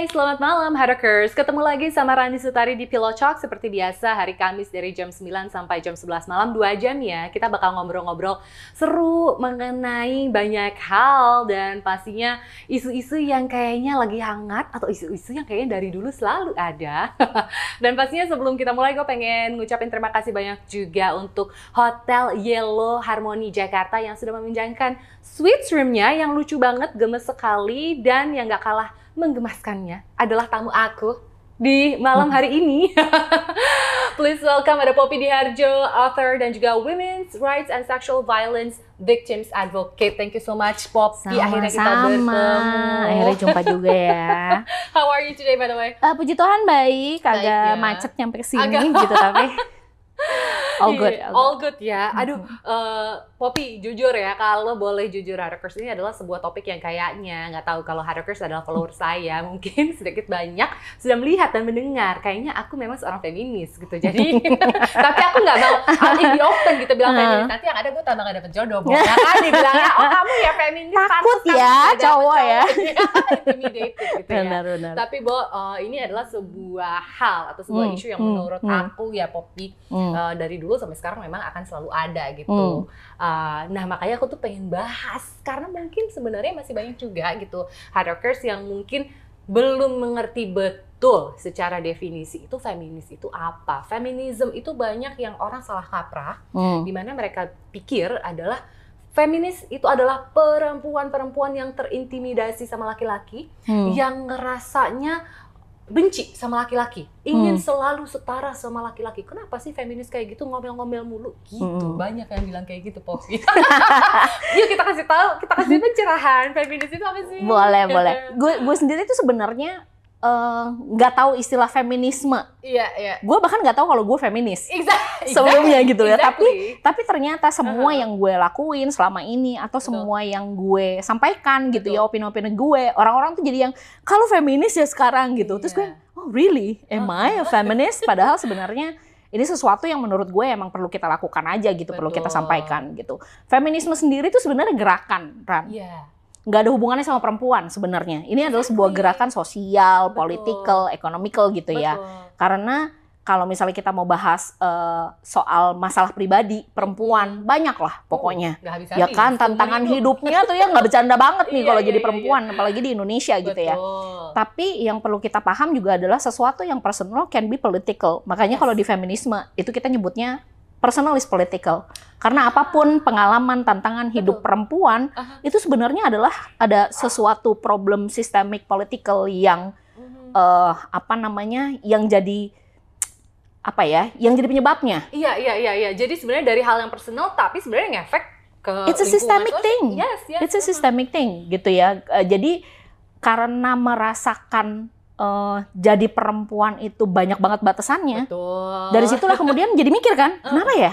Hai, selamat malam Hackers. Ketemu lagi sama Rani Sutari di Pillow Talk seperti biasa hari Kamis dari jam 9 sampai jam 11 malam 2 jam ya. Kita bakal ngobrol-ngobrol seru mengenai banyak hal dan pastinya isu-isu yang kayaknya lagi hangat atau isu-isu yang kayaknya dari dulu selalu ada. Dan pastinya sebelum kita mulai gue pengen ngucapin terima kasih banyak juga untuk Hotel Yellow Harmony Jakarta yang sudah meminjamkan suite room-nya yang lucu banget, gemes sekali, dan yang gak kalah menggemaskannya adalah tamu aku di malam hari ini. Please welcome ada Poppy Diharjo, author dan juga Women's Rights and Sexual Violence Victims Advocate. Thank you so much, Poppy. Akhirnya kita bertemu. Akhirnya jumpa juga ya. How are you today, by the way? Puji Tuhan baik, agak macet nyampe sini gitu tapi all good ya. Aduh, Poppy jujur ya, kalau boleh jujur, Hackers ini adalah sebuah topik yang kayaknya nggak tahu kalau Hackers adalah follower saya, mungkin sedikit banyak sudah melihat dan mendengar. Kayaknya aku memang seorang feminis gitu. Jadi, tapi aku nggak mau out in the open gitu bilang feminis. Nanti yang ada gue tambah nggak dapet jodoh, ya kan? Dibilangnya, oh kamu ya feminis. Takut ya, cowok ya. Intimidated gitu ya. Benar. Tapi ini adalah sebuah hal atau sebuah isu yang menurut aku ya Poppy dari dulu sampai sekarang memang akan selalu ada gitu. Nah makanya aku tuh pengen bahas karena mungkin sebenarnya masih banyak juga gitu Hackers yang mungkin belum mengerti betul secara definisi itu feminis itu apa. Feminisme itu banyak yang orang salah kaprah, di mana mereka pikir adalah feminis itu adalah perempuan-perempuan yang terintimidasi sama laki-laki, yang ngerasanya benci sama laki-laki, ingin selalu setara sama laki-laki. Kenapa sih feminis kayak gitu, ngomel-ngomel mulu gitu? Banyak yang bilang kayak gitu, Poppy. Yuk kita kasih tahu, kita kasih pencerahan. Feminis itu apa sih? Boleh. Gue sendiri tuh sebenarnya nggak tahu istilah feminisme. Iya. Gue bahkan nggak tahu kalau gue feminis. Sebelumnya gitu ya. Tapi ternyata semua yang gue lakuin selama ini atau semua yang gue sampaikan gitu ya, opini-opini gue, orang-orang tuh jadi yang kalau feminis ya sekarang gitu. Terus gue, oh really? Am I a feminist? Padahal sebenarnya ini sesuatu yang menurut gue emang perlu kita lakukan aja gitu, perlu kita sampaikan gitu. Feminisme sendiri tuh sebenarnya gerakan, Ran. Nggak ada hubungannya sama perempuan sebenarnya. Ini adalah sebuah gerakan sosial, political, economical gitu ya. Karena kalau misalnya kita mau bahas soal masalah pribadi perempuan, banyak lah pokoknya. Ya kan, tantangan hidupnya tuh ya nggak bercanda banget nih kalau jadi perempuan, apalagi di Indonesia gitu ya. Tapi yang perlu kita paham juga adalah sesuatu yang personal can be political. Makanya kalau di feminisme itu kita nyebutnya personal is political. Karena apapun pengalaman, tantangan hidup perempuan, itu sebenarnya adalah ada sesuatu problem systemic political yang yang jadi yang jadi penyebabnya. Iya. Jadi sebenarnya dari hal yang personal, tapi sebenarnya ngefek ke it's a systemic thing. Yes. It's a systemic thing gitu ya. Jadi karena merasakan jadi perempuan itu banyak banget batasannya. Betul. Dari situlah kemudian jadi mikir kan, kenapa ya?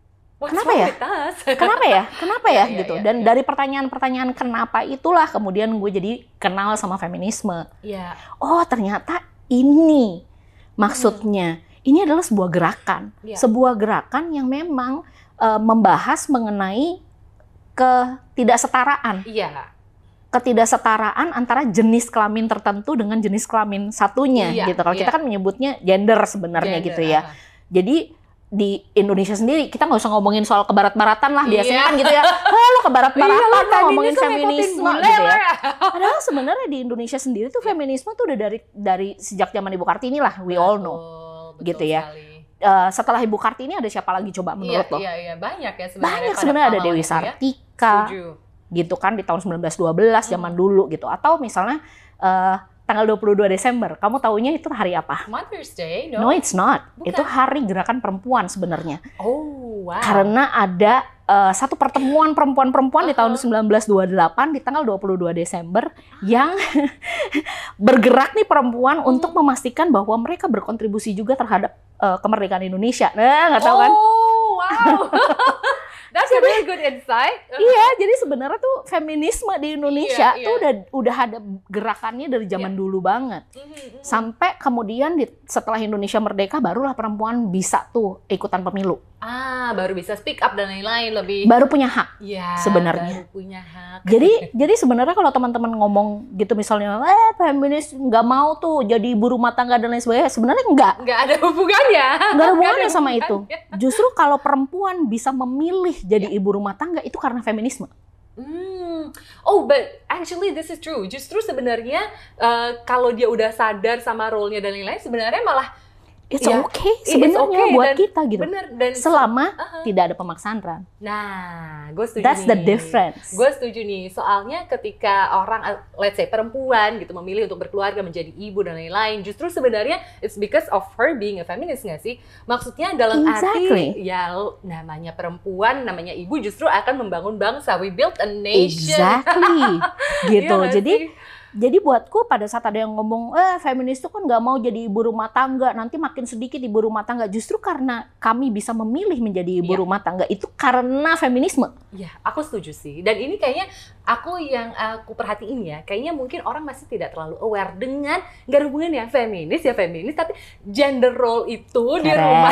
Kenapa ya gitu. Dan dari pertanyaan-pertanyaan kenapa itulah kemudian gue jadi kenal sama feminisme. Oh, ternyata ini maksudnya. Ini adalah sebuah gerakan. Sebuah gerakan yang memang membahas mengenai ketidaksetaraan. Ketidaksetaraan antara jenis kelamin tertentu dengan jenis kelamin satunya gitu. Kalau kita kan menyebutnya gender sebenarnya gitu ya. Jadi di Indonesia sendiri kita nggak usah ngomongin soal kebarat-baratan lah, biasanya kan gitu ya. Lo kebarat-baratan lo ngomongin feminisme gitu ya. Padahal sebenarnya di Indonesia sendiri tuh feminisme tuh udah dari sejak zaman Ibu Kartini lah, we all know. Gitu ya. Setelah Ibu Kartini ada siapa lagi coba menurut lo? Iya, banyak ya sebenarnya. Banyak sebenarnya, ada Dewi Sartika. Gitu kan di tahun 1912 zaman dulu gitu. Atau misalnya tanggal 22 Desember, kamu taunya itu hari apa? Mother's Day? No, it's not. Bukan. Itu hari gerakan perempuan sebenarnya. Oh, wow. Karena ada satu pertemuan perempuan-perempuan di tahun 1928 di tanggal 22 Desember yang bergerak nih perempuan untuk memastikan bahwa mereka berkontribusi juga terhadap kemerdekaan Indonesia. Nah, nggak tahu kan? Oh, wow. That's a really good insight. Iya, jadi sebenarnya tuh feminisme di Indonesia tuh udah ada gerakannya dari zaman dulu banget. Sampai kemudian setelah Indonesia merdeka barulah perempuan bisa tuh ikutan pemilu. Baru bisa speak up dan lain-lain, lebih baru punya hak sebenarnya. Baru punya hak. Jadi sebenarnya kalau teman-teman ngomong gitu misalnya, feminis nggak mau tuh jadi ibu rumah tangga dan lain sebagainya, sebenarnya nggak ada hubungannya. Nggak ada hubungannya sama itu. Justru kalau perempuan bisa memilih jadi ibu rumah tangga itu karena feminisme. Oh, but actually this is true. Justru sebenarnya kalau dia udah sadar sama role-nya dan lain-lain, sebenarnya malah It's okay sebenarnya buat kita gitu. Bener, dan selama tidak ada pemaksaan, Ran. Nah, gue setuju. That's the difference. Gue setuju nih. Soalnya ketika orang, let's say perempuan gitu memilih untuk berkeluarga, menjadi ibu dan lain-lain, justru sebenarnya it's because of her being a feminist nggak sih? Maksudnya dalam arti ya namanya perempuan, namanya ibu justru akan membangun bangsa. We build a nation. Exactly. Gitu. Jadi buatku pada saat ada yang ngomong, feminis itu kan nggak mau jadi ibu rumah tangga, nanti makin sedikit ibu rumah tangga. Justru karena kami bisa memilih menjadi ibu rumah tangga, itu karena feminisme. Iya, aku setuju sih. Dan ini kayaknya yang aku perhatiin ya, kayaknya mungkin orang masih tidak terlalu aware dengan, nggak ada hubungannya feminis, tapi gender role itu di rumah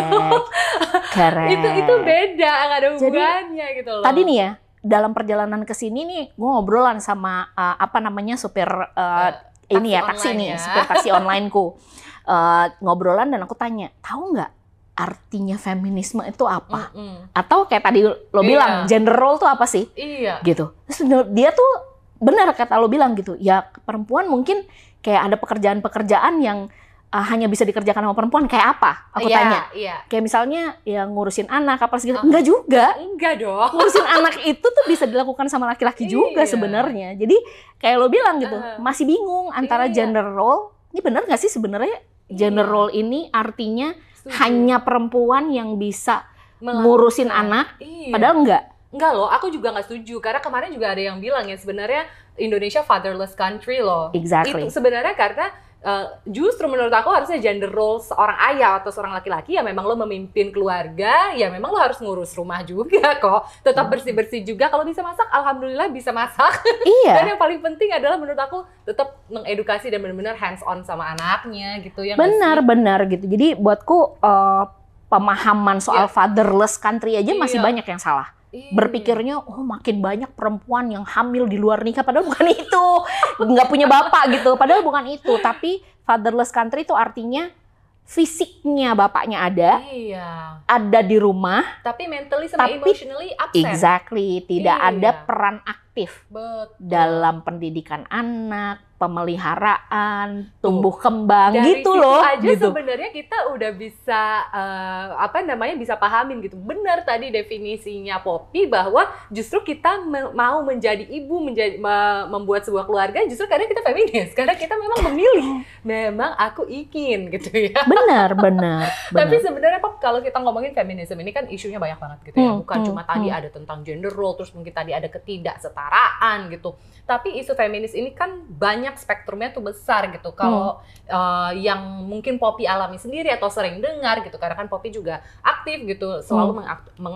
itu beda, nggak ada hubungannya gitu loh. Tadi nih ya, dalam perjalanan ke sini nih, gue ngobrolan sama supir taksi nih, supir taksi onlineku. Ngobrolan dan aku tanya, tahu nggak artinya feminisme itu apa? Atau kayak tadi lo bilang, gender role tuh apa sih? Gitu. Terus dia tuh benar kata lo bilang gitu. Ya perempuan mungkin kayak ada pekerjaan-pekerjaan yang hanya bisa dikerjakan sama perempuan, kayak apa? Aku tanya. Kayak misalnya ya ngurusin anak apa segitu. Enggak juga. Enggak dong. Ngurusin anak itu tuh bisa dilakukan sama laki-laki juga sebenarnya. Jadi kayak lo bilang gitu, masih bingung antara gender role. Ini benar nggak sih sebenarnya gender role ini artinya hanya perempuan yang bisa ngurusin anak? Padahal enggak. Enggak loh, aku juga nggak setuju. Karena kemarin juga ada yang bilang ya sebenarnya Indonesia fatherless country loh. Exactly. Itu sebenarnya karena justru menurut aku harusnya gender role seorang ayah atau seorang laki-laki ya memang lo memimpin keluarga, ya memang lo harus ngurus rumah juga kok. Tetap bersih-bersih juga. Kalau bisa masak, alhamdulillah bisa masak. Dan yang paling penting adalah menurut aku tetap mengedukasi dan benar-benar hands on sama anaknya gitu ya. Benar gitu. Jadi buatku pemahaman soal fatherless country aja masih banyak yang salah. Berpikirnya, makin banyak perempuan yang hamil di luar nikah, padahal bukan itu. Nggak punya bapak gitu, padahal bukan itu. Tapi fatherless country itu artinya fisiknya bapaknya ada di rumah. Tapi mentally sama emotionally absent. Exactly, tidak ada peran aktif dalam pendidikan anak, pemeliharaan, tumbuh kembang dari gitu loh. Aja gitu. Sebenarnya kita udah bisa bisa pahamin gitu. Benar tadi definisinya Poppy bahwa justru kita mau menjadi ibu, membuat sebuah keluarga justru karena kita feminis, karena kita memang memilih. Memang aku ingin gitu ya. Benar. Tapi sebenarnya Pop, kalau kita ngomongin feminisme ini kan isunya banyak banget gitu ya. Bukan cuma tadi ada tentang gender role, terus mungkin tadi ada ketidaksetaraan gitu. Tapi isu feminis ini kan banyak spektrumnya tuh besar gitu. Kalau yang mungkin Poppy alami sendiri atau sering dengar gitu, karena kan Poppy juga aktif gitu, selalu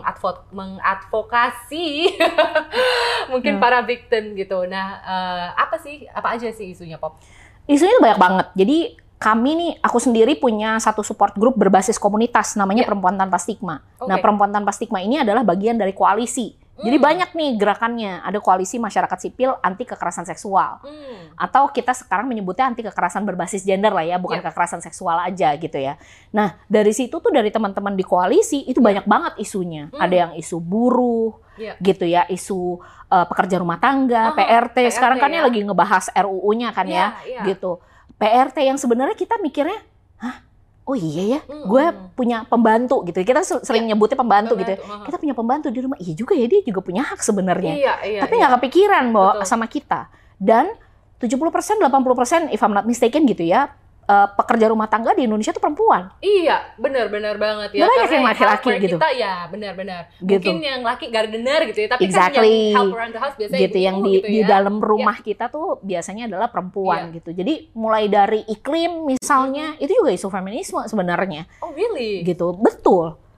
mengadvokasi mungkin para victim gitu. Nah, apa aja sih isunya, Pop? Isunya banyak banget. Jadi kami nih, aku sendiri punya satu support group berbasis komunitas namanya Perempuan Tanpa Stigma. Nah, Perempuan Tanpa Stigma ini adalah bagian dari koalisi. Jadi banyak nih gerakannya, ada koalisi masyarakat sipil anti kekerasan seksual. Atau kita sekarang menyebutnya anti kekerasan berbasis gender lah ya, bukan kekerasan seksual aja gitu ya. Nah, dari situ tuh dari teman-teman di koalisi itu banyak banget isunya. Ada yang isu buruh, gitu ya, isu pekerja rumah tangga, PRT. Sekarang kan lagi ngebahas RUU-nya kan gitu. PRT yang sebenarnya kita mikirnya, oh iya ya, gue punya pembantu gitu. Kita sering nyebutnya pembantu gitu. Kita punya pembantu di rumah. Iya juga ya, dia juga punya hak sebenarnya. Tapi nggak kepikiran bahwa sama kita. Dan 70%, 80% if I'm not mistaken gitu ya, pekerja rumah tangga di Indonesia tuh perempuan. Iya, benar banget ya. Banyak yang laki-laki gitu. Kita ya benar. Gitu. Mungkin yang laki gardener gitu ya, tapi kan yang help around the house biasanya gitu, yang di dalam rumah kita tuh biasanya adalah perempuan gitu. Jadi mulai dari iklim misalnya, itu juga isu feminisme sebenarnya. Oh really? Gitu, betul.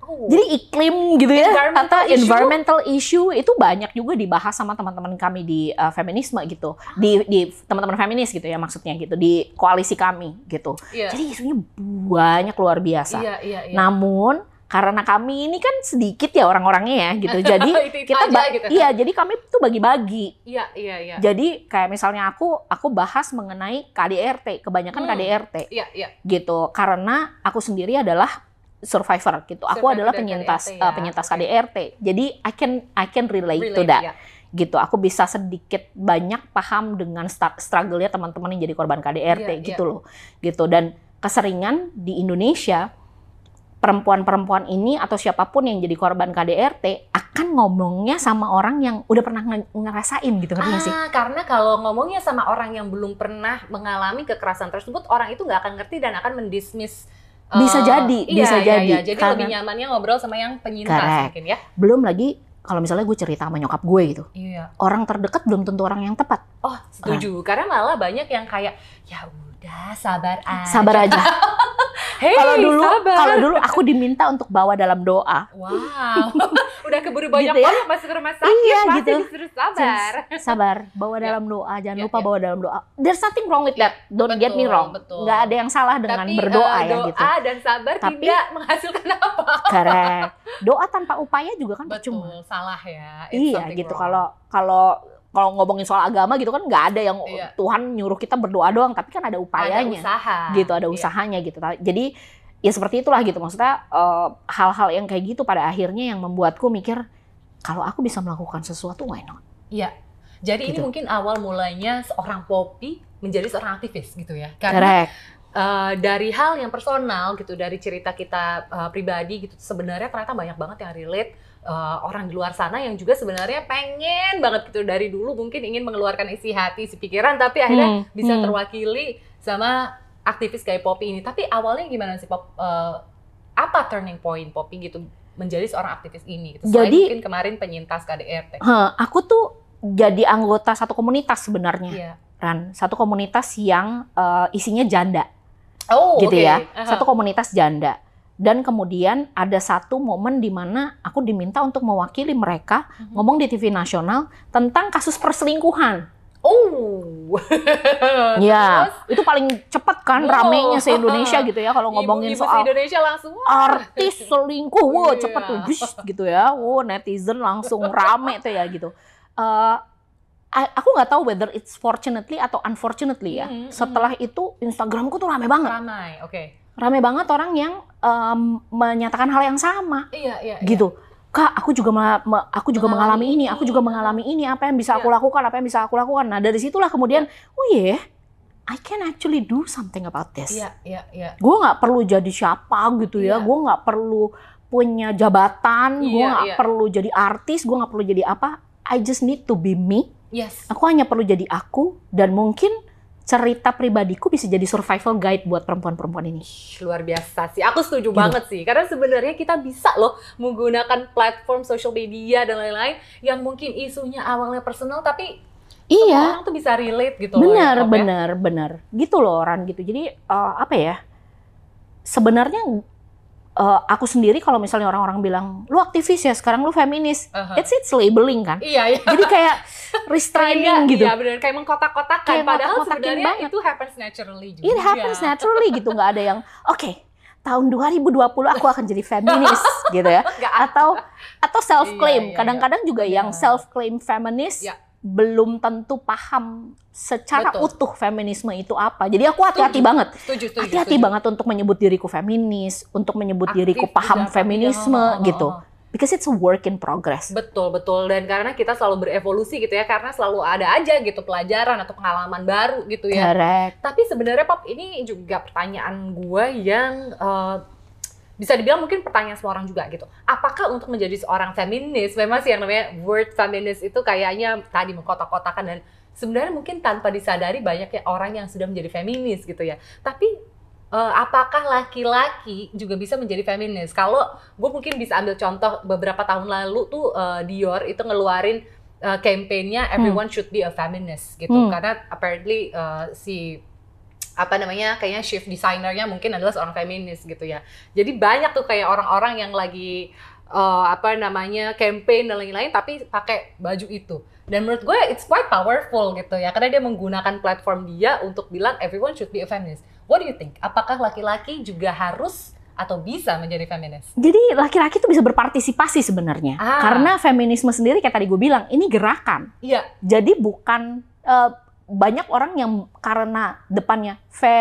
Jadi iklim gitu ya, atau environmental issue itu banyak juga dibahas sama teman-teman kami di feminisme gitu, di teman-teman feminis gitu ya maksudnya gitu, di koalisi kami gitu. Jadi isunya banyak luar biasa. Namun karena kami ini kan sedikit ya orang-orangnya ya gitu, jadi kita gitu. Jadi kami tuh bagi-bagi. Jadi kayak misalnya aku bahas mengenai KDRT, kebanyakan KDRT gitu, karena aku sendiri adalah survivor gitu. Aku adalah penyintas KDRT. Jadi I can relate to that. Gitu. Aku bisa sedikit banyak paham dengan struggle-nya teman-teman yang jadi korban KDRT gitu loh. Gitu. Dan keseringan di Indonesia perempuan-perempuan ini atau siapapun yang jadi korban KDRT akan ngomongnya sama orang yang udah pernah ngerasain gitu, ngerti sih? Karena kalau ngomongnya sama orang yang belum pernah mengalami kekerasan tersebut, orang itu nggak akan ngerti dan akan mendismiss. Bisa jadi. Jadi lebih nyamannya ngobrol sama yang penyintas mungkin ya. Belum lagi kalau misalnya gue cerita sama nyokap gue gitu. Orang terdekat belum tentu orang yang tepat. Oh, setuju. Karena malah banyak yang kayak ya udah sabar aja. Sabar aja. Kalau dulu aku diminta untuk bawa dalam doa. Wow. Udah keburu banyak gitu banget masuk rumah sakit, masih gitu. Disuruh sabar. Sabar, bawa dalam doa, jangan lupa bawa dalam doa. There's nothing wrong with that. Don't get me wrong. Nggak ada yang salah dengan berdoa ya gitu. Doa dan sabar tidak menghasilkan apa. Correct. Doa tanpa upaya juga kan percuma. Salah ya. Gitu. Kalau ngomongin soal agama gitu kan nggak ada yang Tuhan nyuruh kita berdoa doang, tapi kan ada upayanya. Ada usaha. Gitu, ada usahanya gitu. Jadi ya seperti itulah gitu, maksudnya hal-hal yang kayak gitu pada akhirnya yang membuatku mikir kalau aku bisa melakukan sesuatu, why not? Iya. Jadi gitu. Ini mungkin awal mulainya seorang Poppy menjadi seorang aktivis gitu ya. Karena dari hal yang personal gitu, dari cerita kita pribadi gitu, sebenarnya ternyata banyak banget yang relate. Orang di luar sana yang juga sebenarnya pengen banget gitu dari dulu mungkin ingin mengeluarkan isi hati, isi pikiran, tapi akhirnya bisa terwakili sama aktivis kayak Poppy ini. Tapi awalnya gimana sih Pop? Apa turning point Poppy gitu menjadi seorang aktivis ini? Gitu. Selain jadi mungkin kemarin penyintas KDRT. Aku tuh jadi anggota satu komunitas sebenarnya, Ran. Satu komunitas yang isinya janda, gitu ya. Satu komunitas janda. Dan kemudian ada satu momen di mana aku diminta untuk mewakili mereka ngomong di TV nasional tentang kasus perselingkuhan. Ya, itu paling cepet kan ramenya se-Indonesia gitu ya kalau ngomongin soal Indonesia langsung artis selingkuh, cepet tuh gitu ya. Netizen langsung rame tuh ya gitu. Aku nggak tahu whether it's fortunately atau unfortunately ya. Setelah itu Instagramku tuh rame banget. Rame banget orang yang menyatakan hal yang sama, gitu. Kak, aku juga mengalami ini, apa yang bisa aku lakukan, Nah dari situlah kemudian, I can actually do something about this. Gue nggak perlu jadi siapa gitu ya, gue nggak perlu punya jabatan, gue nggak perlu jadi artis, gue nggak perlu jadi apa. I just need to be me. Aku hanya perlu jadi aku, dan mungkin cerita pribadiku bisa jadi survival guide buat perempuan-perempuan ini. Luar biasa sih, aku setuju banget sih. Karena sebenarnya kita bisa loh menggunakan platform social media dan lain-lain yang mungkin isunya awalnya personal, tapi semua orang tuh bisa relate gitu. Benar. Gitu loh Ran gitu. Jadi apa ya? Sebenarnya aku sendiri kalau misalnya orang-orang bilang lu aktivis ya, sekarang lu feminis, it's labeling kan. Jadi kayak restraining gitu. Iya benar, kayak mengkotak-kotakan. Padahal sebenarnya itu happens naturally juga. It happens naturally gitu, nggak ada yang tahun 2020 aku akan jadi feminis gitu ya. Atau self claim. Kadang-kadang juga yang self claim feminis belum tentu paham secara utuh feminisme itu apa. Jadi aku hati-hati banget. Hati-hati banget untuk menyebut diriku feminis, untuk menyebut diriku paham feminisme gitu. Because it's a work in progress. Betul. Dan karena kita selalu berevolusi gitu ya, karena selalu ada aja gitu pelajaran atau pengalaman baru gitu ya. Correct. Tapi sebenarnya Pop, ini juga pertanyaan gue yang bisa dibilang mungkin pertanyaan semua orang juga gitu. Apakah untuk menjadi seorang feminis, memang sih yang namanya word feminis itu kayaknya tadi mengkotak-kotakan, dan sebenarnya mungkin tanpa disadari banyak ya orang yang sudah menjadi feminis gitu ya. Tapi apakah laki-laki juga bisa menjadi feminis? Kalau gue mungkin bisa ambil contoh beberapa tahun lalu tuh Dior itu ngeluarin campaign-nya Everyone Should Be a Feminist gitu. Karena apparently si kayaknya shift designernya mungkin adalah seorang feminis gitu ya. Jadi banyak tuh kayak orang-orang yang lagi campaign dan lain-lain tapi pakai baju itu. Dan menurut gue it's quite powerful gitu ya, karena dia menggunakan platform dia untuk bilang everyone should be a feminist. What do you think? Apakah laki-laki juga harus atau bisa menjadi feminis? Jadi laki-laki tuh bisa berpartisipasi sebenarnya. Karena feminisme sendiri kayak tadi gue bilang, ini gerakan. Iya. Jadi bukan banyak orang yang karena depannya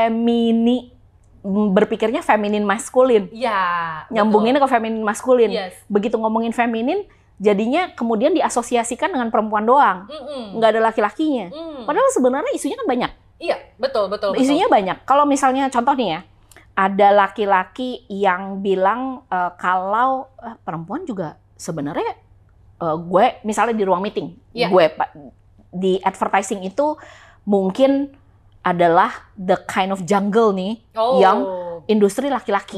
berpikirnya feminin maskulin. Iya. Nyambunginnya ke feminin maskulin. Yes. Begitu ngomongin feminin, jadinya kemudian diasosiasikan dengan perempuan doang. Nggak ada laki-lakinya. Padahal sebenarnya isunya kan banyak. Iya, betul. Isunya banyak. Kalau misalnya contoh nih ya, ada laki-laki yang bilang kalau perempuan juga sebenarnya gue misalnya di ruang meeting, gue di advertising itu mungkin adalah the kind of jungle nih yang industri laki-laki,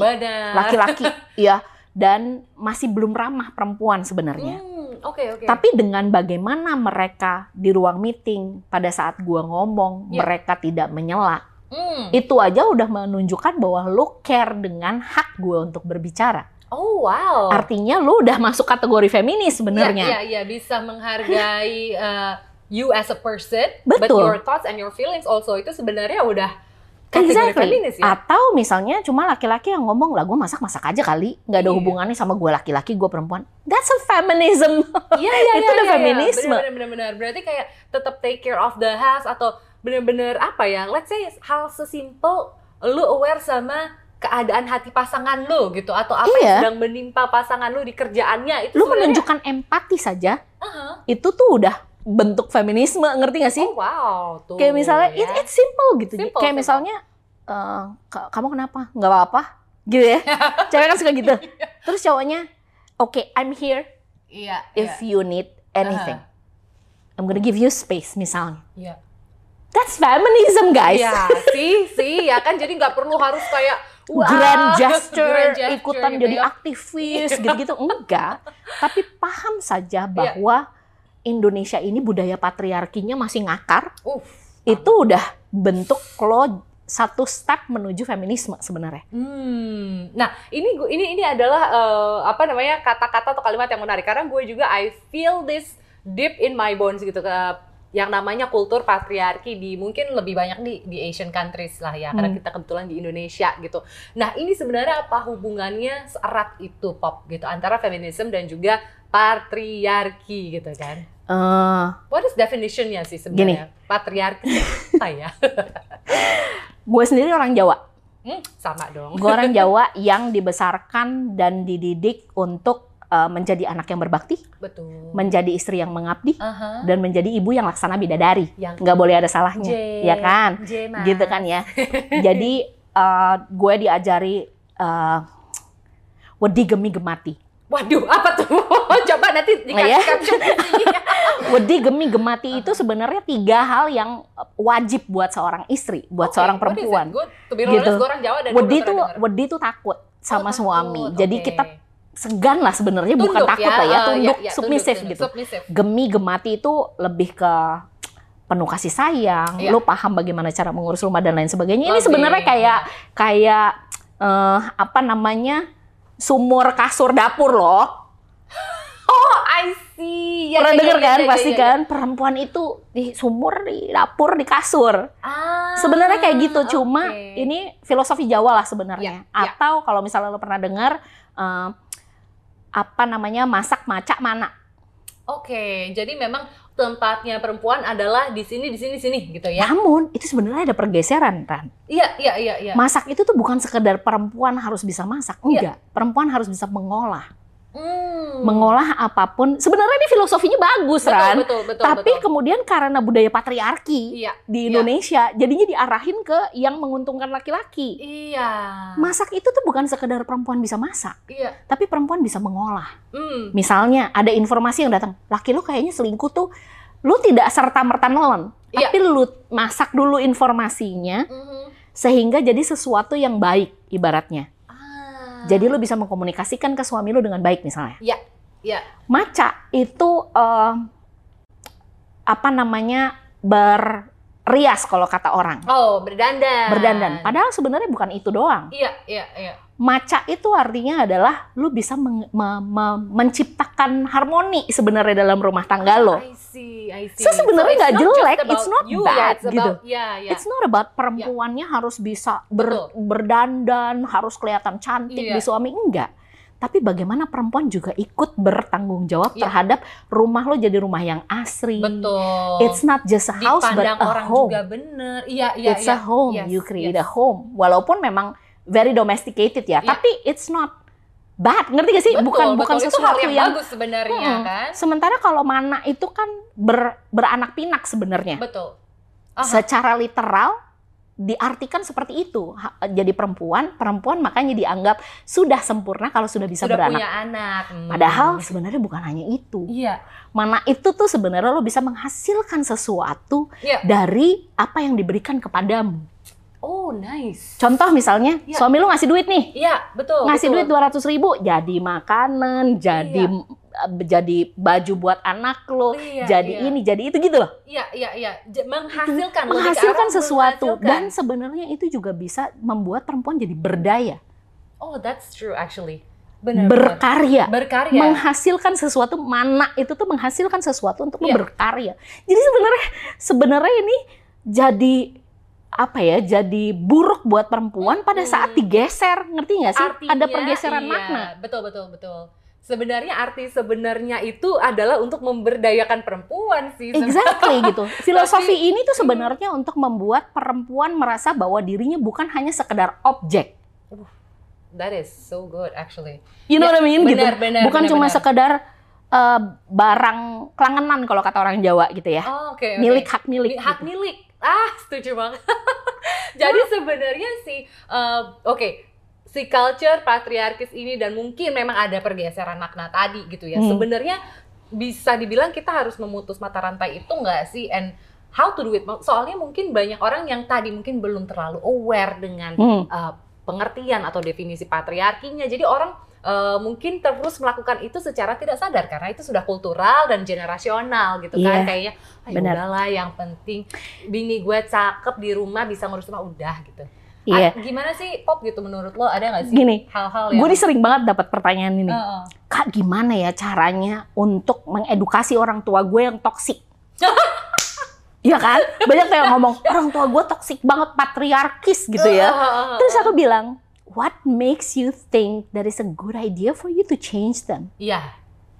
ya, dan masih belum ramah perempuan sebenarnya. Okay. Tapi dengan bagaimana mereka di ruang meeting pada saat gue ngomong, mereka tidak menyela. Itu aja udah menunjukkan bahwa lu care dengan hak gue untuk berbicara. Oh wow. Artinya lu udah masuk kategori feminis sebenarnya. Iya, bisa menghargai you as a person, betul. But your thoughts and your feelings also itu sebenarnya udah kategori feminis ya. Atau misalnya cuma laki-laki yang ngomong lah, gue masak aja kali, nggak ada hubungannya sama gue laki-laki, gue perempuan. That's a feminism. Iya. Itu udah feminisme. Benar. Berarti kayak tetap take care of the house atau benar-benar let's say hal sesimpel lu aware sama keadaan hati pasangan lu gitu, atau apa yang sedang menimpa pasangan lu di kerjaannya itu. Lu menunjukkan empati saja, itu tuh udah bentuk feminisme, ngerti gak sih? Oh wow, tuh. Kayak misalnya, it's simple gitu. Kayak misalnya, kamu kenapa? Nggak apa-apa? Gitu ya. Cewek kan suka gitu. Terus cowoknya, okay, I'm here. If you need anything. I'm gonna give you space, misalnya. That's feminism, guys. Iya, sih. Ya kan, jadi nggak perlu harus kayak grand gesture, ikutan gitu jadi aktivis, gitu-gitu. Enggak. Tapi paham saja bahwa Indonesia ini budaya patriarkinya masih ngakar. Itu udah bentuk lo satu step menuju feminisme sebenarnya. Nah, ini adalah kata-kata atau kalimat yang menarik, karena gue juga I feel this deep in my bones gitu, yang namanya kultur patriarki mungkin lebih banyak di Asian countries lah ya, karena kita kebetulan di Indonesia gitu. Nah, ini sebenarnya apa hubungannya seerat itu, Pop, gitu, antara feminisme dan juga patriarki gitu kan? What is definition-nya sih sebenarnya? Patriarki saya. Gue sendiri orang Jawa. Sama dong. Gue orang Jawa yang dibesarkan dan dididik untuk menjadi anak yang berbakti, betul, menjadi istri yang mengabdi, dan menjadi ibu yang laksana bidadari, nggak boleh ada salahnya, ya kan? Gitu kan ya. Jadi gue diajari wedi gemi gemati. Waduh, apa tuh? Coba nanti dikasih caption. Wedi gemi gemati itu sebenarnya 3 hal yang wajib buat seorang istri, buat seorang perempuan. Gitu. Orang Jawa dan wedi itu takut sama suami. Jadi kita segan lah sebenarnya, bukan takut lah ya, tunduk, submisif gitu. Gemi gemati itu lebih ke penuh kasih sayang, lo paham bagaimana cara mengurus rumah dan lain sebagainya. Ini sebenarnya kayak sumur kasur dapur loh. Oh, I see. Pernah denger kan? Pasti kan, perempuan itu di sumur, di dapur, di kasur. Sebenarnya kayak gitu, cuma ini filosofi Jawa lah sebenarnya. Atau kalau misalnya lo pernah dengar masak macak mana. Oke, jadi memang tempatnya perempuan adalah di sini gitu ya. Namun itu sebenarnya ada pergeseran, Ran. Iya. Masak itu tuh bukan sekedar perempuan harus bisa masak, enggak. Perempuan harus bisa mengolah. Mengolah apapun. Sebenarnya ini filosofinya bagus, Ran. Betul. Tapi kemudian karena budaya patriarki di Indonesia, jadinya diarahin ke yang menguntungkan laki-laki. Iya. Masak itu tuh bukan sekedar perempuan bisa masak. Iya. Tapi perempuan bisa mengolah. Misalnya ada informasi yang datang, laki lu kayaknya selingkuh tuh, lu tidak serta-merta nelen. Tapi lu masak dulu informasinya, sehingga jadi sesuatu yang baik ibaratnya. Jadi lu bisa mengkomunikasikan ke suami lu dengan baik misalnya. Iya. Maca itu berrelasi rias kalau kata orang. Oh, berdandan. Berdandan. Padahal sebenarnya bukan itu doang. Iya. Maca itu artinya adalah lu bisa menciptakan harmoni sebenarnya dalam rumah tangga lo. I see. So sebenarnya nggak jelek, it's not bad gitu. It's not about perempuannya harus bisa berdandan, harus kelihatan cantik di suami, enggak. Tapi bagaimana perempuan juga ikut bertanggung jawab terhadap rumah lo jadi rumah yang asri. Betul. It's not just a house but a orang home. Juga bener. It's a home. You create a home. Walaupun memang very domesticated ya, tapi it's not bad. Ngerti gak sih? Bukan sesuatu itu hal yang bagus sebenarnya kan. Sementara kalau mana itu kan beranak pinak sebenarnya. Betul. Secara literal diartikan seperti itu. Jadi perempuan makanya dianggap sudah sempurna kalau sudah bisa beranak. Punya anak. Padahal sebenarnya bukan hanya itu. Iya. Mana itu tuh sebenarnya lo bisa menghasilkan sesuatu dari apa yang diberikan kepadamu. Oh, nice. Contoh misalnya, suami lo ngasih duit nih. Iya, betul. Ngasih duit 200.000, jadi makanan, jadi baju buat anak lo, jadi ini, jadi itu gitu loh. Iya. Menghasilkan sesuatu. Dan sebenarnya itu juga bisa membuat perempuan jadi berdaya. Oh, that's true actually. Benar. Berkarya. Menghasilkan sesuatu, mana itu tuh menghasilkan sesuatu untuk berkarya. Jadi sebenarnya ini jadi jadi buruk buat perempuan pada saat digeser, ngerti nggak sih? Artinya, ada pergeseran makna. Betul. Sebenarnya arti sebenarnya itu adalah untuk memberdayakan perempuan sih. Exactly gitu. Filosofi ini tuh sebenarnya untuk membuat perempuan merasa bahwa dirinya bukan hanya sekedar objek. That is so good actually. You know what I mean? Bukan cuma benar. sekedar barang kelangenan kalau kata orang Jawa gitu ya. Oh, okay. Hak milik. Hak milik. Setuju banget. Jadi sebenarnya si culture patriarkis ini dan mungkin memang ada pergeseran makna tadi gitu ya. Sebenarnya bisa dibilang kita harus memutus mata rantai itu nggak sih? And how to do it? Soalnya mungkin banyak orang yang tadi mungkin belum terlalu aware dengan pengertian atau definisi patriarkinya. Jadi orang mungkin terus melakukan itu secara tidak sadar karena itu sudah kultural dan generasional gitu kan. Kayaknya udahlah, yang penting bini gue cakep di rumah, bisa ngurus rumah, udah gitu. Gimana sih Pop gitu menurut lo, ada nggak sih hal-hal yang... Gue sering banget dapat pertanyaan ini. Kak, gimana ya caranya untuk mengedukasi orang tua gue yang toksik? Iya kan? Banyak yang ngomong, orang tua gue toksik banget, patriarkis gitu ya. Terus aku bilang, what makes you think that is a good idea for you to change them? Iya.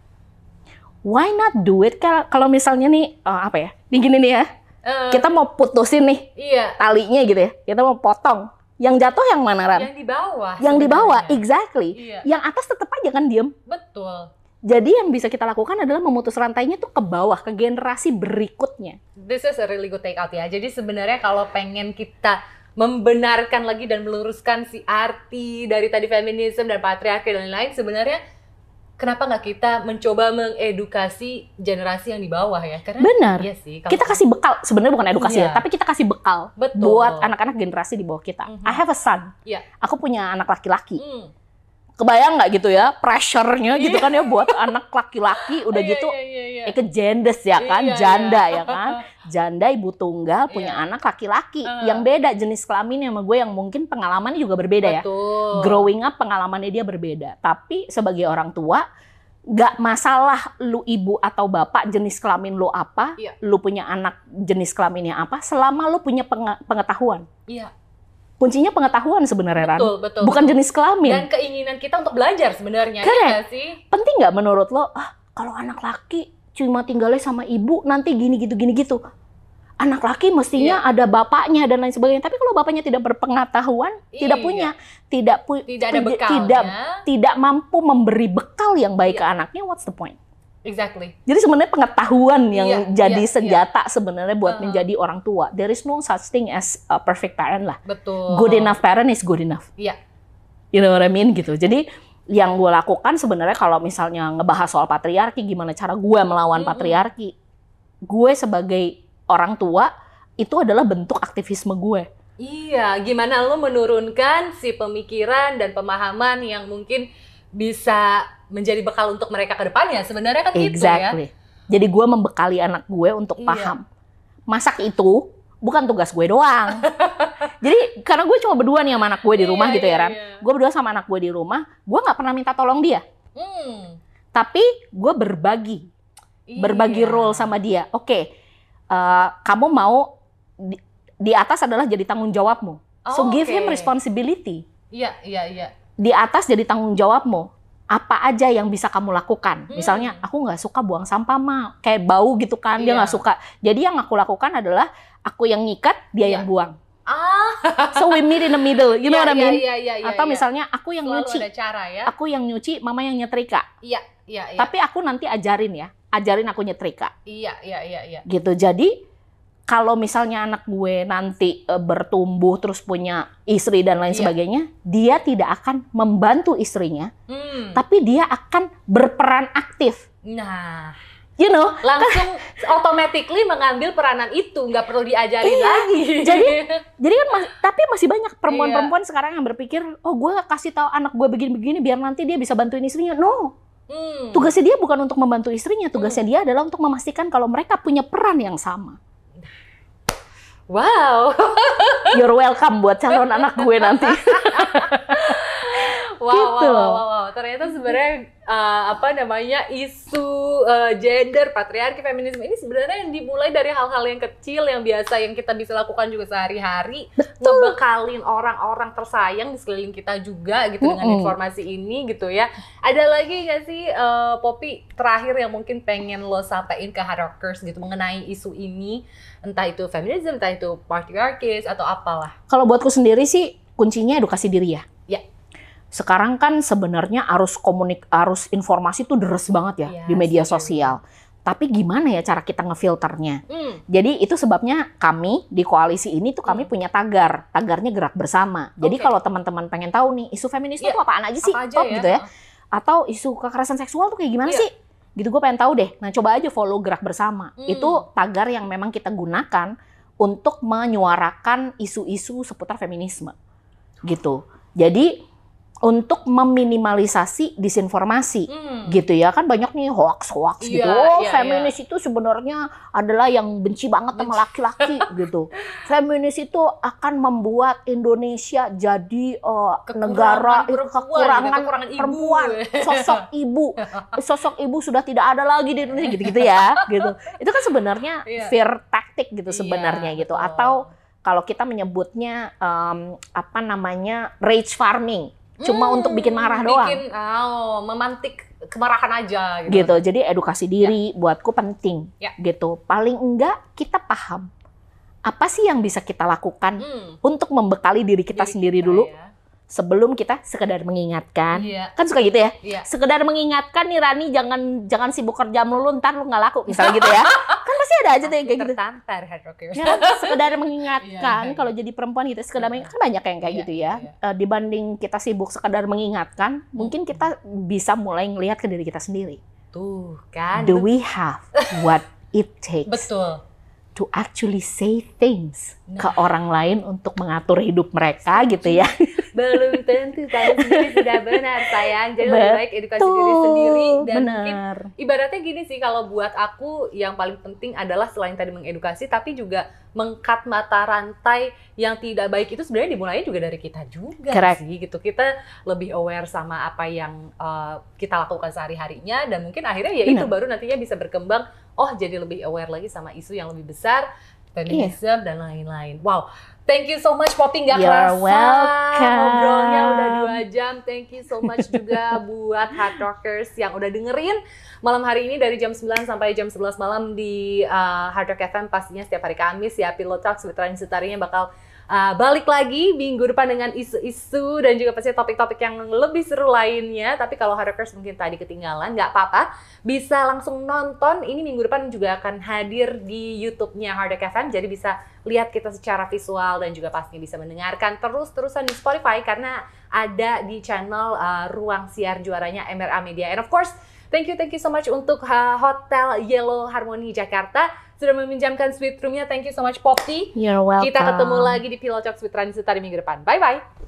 Why not do it? Kalau misalnya nih, gini nih ya, kita mau putusin nih talinya gitu ya, kita mau potong. Yang jatuh yang mana, Ran? Yang di bawah. Yang di bawah, exactly. Yang atas tetap aja kan diem. Betul. Jadi yang bisa kita lakukan adalah memutus rantainya tuh ke bawah, ke generasi berikutnya. This is a really good take out ya. Jadi sebenarnya kalau pengen kita membenarkan lagi dan meluruskan si arti dari tadi feminisme dan patriarki dan lain-lain, sebenarnya kenapa nggak kita mencoba mengedukasi generasi yang di bawah ya? Karena benar. Iya sih. Kita kasih bekal, sebenarnya bukan edukasi ya, tapi kita kasih bekal buat anak-anak generasi di bawah kita. I have a son. Aku punya anak laki-laki. Kebayang nggak gitu ya, pressure-nya gitu kan ya buat anak laki-laki udah gitu ikut jendes ya kan, janda ya kan. Janda ibu tunggal punya anak laki-laki yang beda jenis kelaminnya sama gue, yang mungkin pengalamannya juga berbeda ya. Growing up pengalamannya dia berbeda. Tapi sebagai orang tua, nggak masalah lu ibu atau bapak jenis kelamin lu apa, lu punya anak jenis kelaminnya apa, selama lu punya pengetahuan. Kuncinya pengetahuan sebenarnya, Ran. Betul. Bukan jenis kelamin. Dan keinginan kita untuk belajar sebenarnya. Iya sih? Penting nggak menurut lo, kalau anak laki cuma tinggalnya sama ibu, nanti gini gitu. Anak laki mestinya ada bapaknya dan lain sebagainya. Tapi kalau bapaknya tidak berpengetahuan, tidak punya, tidak ada bekalnya, tidak mampu memberi bekal yang baik ke anaknya, what's the point? Exactly. Jadi sebenarnya pengetahuan yang jadi senjata sebenarnya buat menjadi orang tua. There is no such thing as a perfect parent lah. Betul. Good enough parent is good enough. You know what I mean gitu. Jadi yang gue lakukan sebenarnya kalau misalnya ngebahas soal patriarki, gimana cara gue melawan patriarki, gue sebagai orang tua itu adalah bentuk aktivisme gue. Iya, gimana lo menurunkan si pemikiran dan pemahaman yang mungkin bisa menjadi bekal untuk mereka ke depannya. Sebenarnya kan gitu ya. Jadi gue membekali anak gue untuk paham. Masak itu bukan tugas gue doang. Jadi karena gue cuma berdua nih sama anak gue di rumah gitu ya Ran. Gue berdua sama anak gue di rumah, gue nggak pernah minta tolong dia. Tapi gue berbagi role sama dia. Oke, kamu mau di atas adalah jadi tanggung jawabmu. So give him responsibility. Iya. Di atas jadi tanggung jawabmu. Apa aja yang bisa kamu lakukan? Misalnya aku nggak suka buang sampah mah, kayak bau gitu kan, dia nggak suka. Jadi yang aku lakukan adalah aku yang ngikat, dia yang buang. So we meet in the middle, you know what I mean? Atau misalnya aku yang selalu nyuci, ada cara, ya? Aku yang nyuci, mama yang nyetrika. Iya. Tapi aku nanti ajarin aku nyetrika. Iya. Gitu. Jadi kalau misalnya anak gue nanti bertumbuh terus punya istri dan lain sebagainya, dia tidak akan membantu istrinya, tapi dia akan berperan aktif. Nah, you know, langsung automatically mengambil peranan itu, nggak perlu diajarin lagi. Jadi kan tapi masih banyak perempuan-perempuan sekarang yang berpikir, oh gue kasih tahu anak gue begini-begini biar nanti dia bisa bantuin istrinya. No, tugasnya dia bukan untuk membantu istrinya, tugasnya dia adalah untuk memastikan kalau mereka punya peran yang sama. Wow. You're welcome buat calon anak gue nanti. Wow. Ternyata sebenarnya isu gender, patriarki, feminisme ini sebenarnya yang dimulai dari hal-hal yang kecil yang biasa yang kita bisa lakukan juga sehari-hari, ngebekalin orang-orang tersayang di sekeliling kita juga gitu dengan informasi ini gitu ya. Ada lagi nggak sih Poppy terakhir yang mungkin pengen lo sampaikan ke Hardrockers gitu mengenai isu ini, entah itu feminisme, entah itu patriarki atau apalah? Kalau buatku sendiri sih kuncinya edukasi diri ya. Ya. Sekarang kan sebenarnya arus informasi tuh deres banget ya di media sosial. Tapi gimana ya cara kita ngefilternya? Jadi itu sebabnya kami di koalisi ini tuh kami punya tagarnya gerak bersama. Jadi kalau teman-teman pengen tahu nih isu feminisme itu apaan aja sih, gitu ya? Atau isu kekerasan seksual tuh kayak gimana sih? Gitu gue pengen tahu deh. Nah coba aja follow gerak bersama. Itu tagar yang memang kita gunakan untuk menyuarakan isu-isu seputar feminisme, gitu. Jadi untuk meminimalisasi disinformasi, gitu ya, kan banyak nih hoax gitu. Feminis itu sebenarnya adalah yang benci banget sama laki-laki gitu. Feminis itu akan membuat Indonesia jadi negara kekurangan perempuan, sosok ibu sudah tidak ada lagi di Indonesia gitu ya, gitu. Itu kan sebenarnya fear tactic gitu sebenarnya gitu. Atau kalau kita menyebutnya rage farming. Cuma untuk bikin marah doang. Memantik kemarahan aja gitu. Jadi edukasi diri buatku penting gitu. Paling enggak kita paham apa sih yang bisa kita lakukan untuk membekali diri kita sendiri dulu. Sebelum kita sekedar mengingatkan. Kan suka gitu ya. Sekedar mengingatkan nih Rani jangan sibuk kerja melulu ntar lu nggak laku misalnya gitu ya. Kan pasti ada aja tuh yang kayak gitu. Tertampar Hardrockers. Ya, sekedar mengingatkan kalau jadi perempuan gitu sekedar mengingatkan, kan banyak yang kayak gitu ya. Dibanding kita sibuk sekedar mengingatkan, mungkin kita bisa mulai ngelihat ke diri kita sendiri. Tuh kan. Do we have what it takes? Betul. To actually say things ke orang lain untuk mengatur hidup mereka gitu ya. Belum tentu kamu sendiri sudah benar sayang. Jadi lebih baik edukasi diri sendiri dan mungkin ibaratnya gini sih, kalau buat aku yang paling penting adalah selain tadi mengedukasi tapi juga meng-cut mata rantai yang tidak baik itu sebenarnya dimulai juga dari kita juga sih gitu. Kita lebih aware sama apa yang kita lakukan sehari-harinya dan mungkin akhirnya ya itu baru nantinya bisa berkembang. Oh jadi lebih aware lagi sama isu yang lebih besar, feminisme dan lain-lain. Wow, thank you so much Poppy, nggak kerasa ngobrolnya udah 2 jam. Thank you so much juga buat Hardrockers yang udah dengerin malam hari ini dari jam 9 sampai jam 11 malam di Hardrock FM pastinya setiap hari Kamis ya. Pillow Talks with Rani Sutarinya bakal balik lagi minggu depan dengan isu-isu dan juga pasti topik-topik yang lebih seru lainnya. Tapi kalau Hardrockers mungkin tadi ketinggalan, nggak apa-apa, bisa langsung nonton. Ini minggu depan juga akan hadir di YouTube-nya Hardrock FM, jadi bisa lihat kita secara visual dan juga pastinya bisa mendengarkan terus-terusan di Spotify karena ada di channel Ruang Siar Juaranya MRA Media. And of course, thank you so much untuk Hotel Yellow Harmony Jakarta sudah meminjamkan suite room-nya. Thank you so much Poppy. You're welcome. Kita ketemu lagi di Pillow Talks with Rani Sutari minggu depan. Bye-bye.